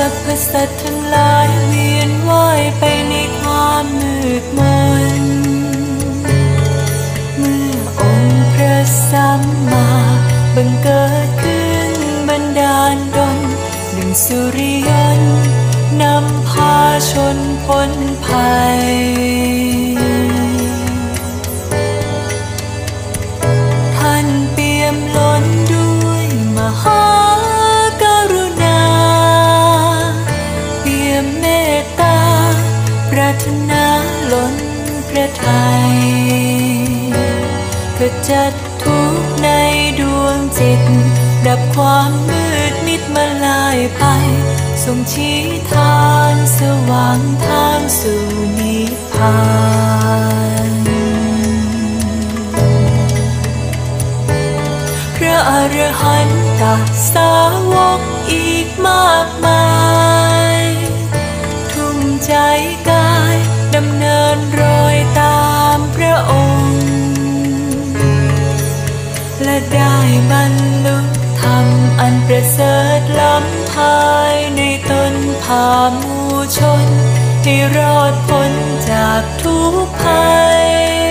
รรพสัตว์ทั้งหลายเวียนว่ายไปในความมืดมนเมื่อองค์พระสัมมาบังเกิดขึ้นบันดาลดลดังสุริยันนำพาชนพ้นภัยท่านเปี่ยมล้นด้วยมหากรุณาเปี่ยมเมตตาปรารถนาล้นพระทัยขจัดทุกข์ในดวงจิตดับความมืดมิดมาลายไปทรงชี้ทางสว่างทางสู่นิพพานพระอรหันตสาวกอีกมากมายทุ่มใจกายดำเนินรอยตามพระองค์และได้บรรลุธรรมอันประเสริฐล้ำภายในตนพาหมู่ชนให้รอดพ้นจากทุกภัย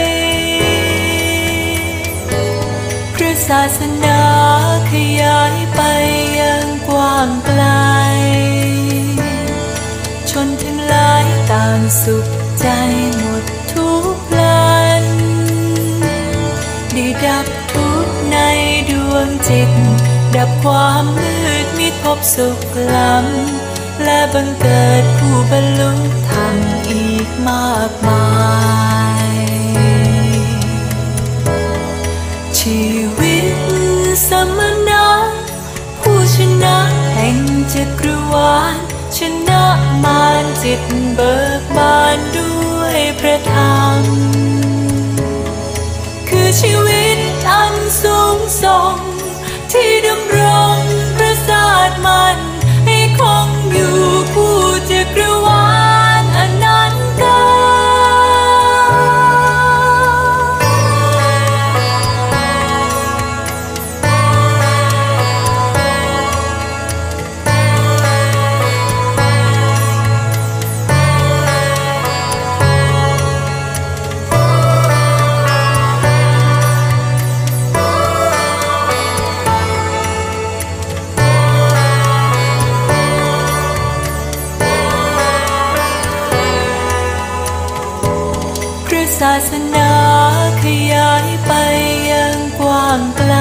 พระศาสนาขยายไปยังกว้างไกลชนทั้งหลายต่างสุขใจหมดทุกพลันได้ดับทุกข์ในดวงจิตดับความมืดมิดพบสุขล้ำและบังเกิดผู้บรรลุธรรมอีกมากมายชีวิตสมณะผู้ชนะแห่งจักรวาลชนะมารจิตเบิกบานด้วยพระธรรมคือชีวิตอันสูงส่งที่ดำรงพระศาสมันให้คงอยู่คู่จักรวาลอนันตศาสนาขยายไปยังกว้างไกล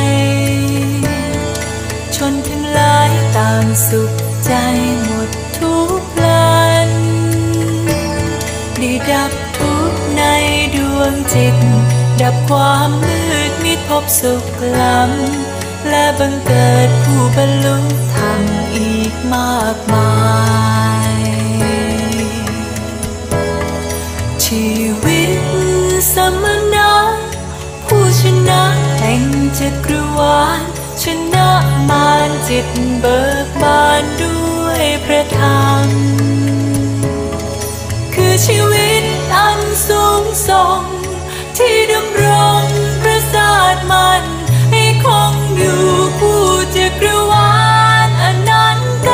ชนทั้งหลายต่างสุขใจหมดทุกพลันได้ดับทุกข์ในดวงจิตดับความมืดมิดพบสุขล้ำและบังเกิดผู้บรรลุธรรมอีกมากมายชีวิตสมณะผู้ชนะแห่งจักรวาลชนะมารจิตเบิกบานด้วยพระธรรมคือชีวิตอันสูงส่งที่ดำรงพระศาสมันให้คงอยู่คู่จักรวาลอนันต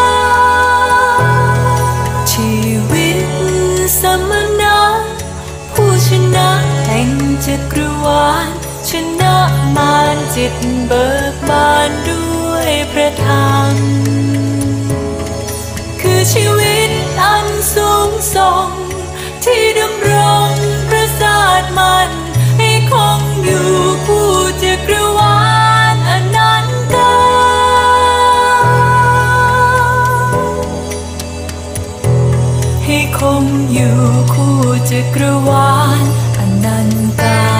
ชีวิตสมณะผู้ชนะแห่งจักรวาลชนะมารจิตเบิกบานด้วยพระธรรมคือชีวิตอันสูงส่งที่ดำรงพระศาสมันให้คงอยู่คู่จักรวาลอนันตให้คงอยู่คู่จักรวาลอนันต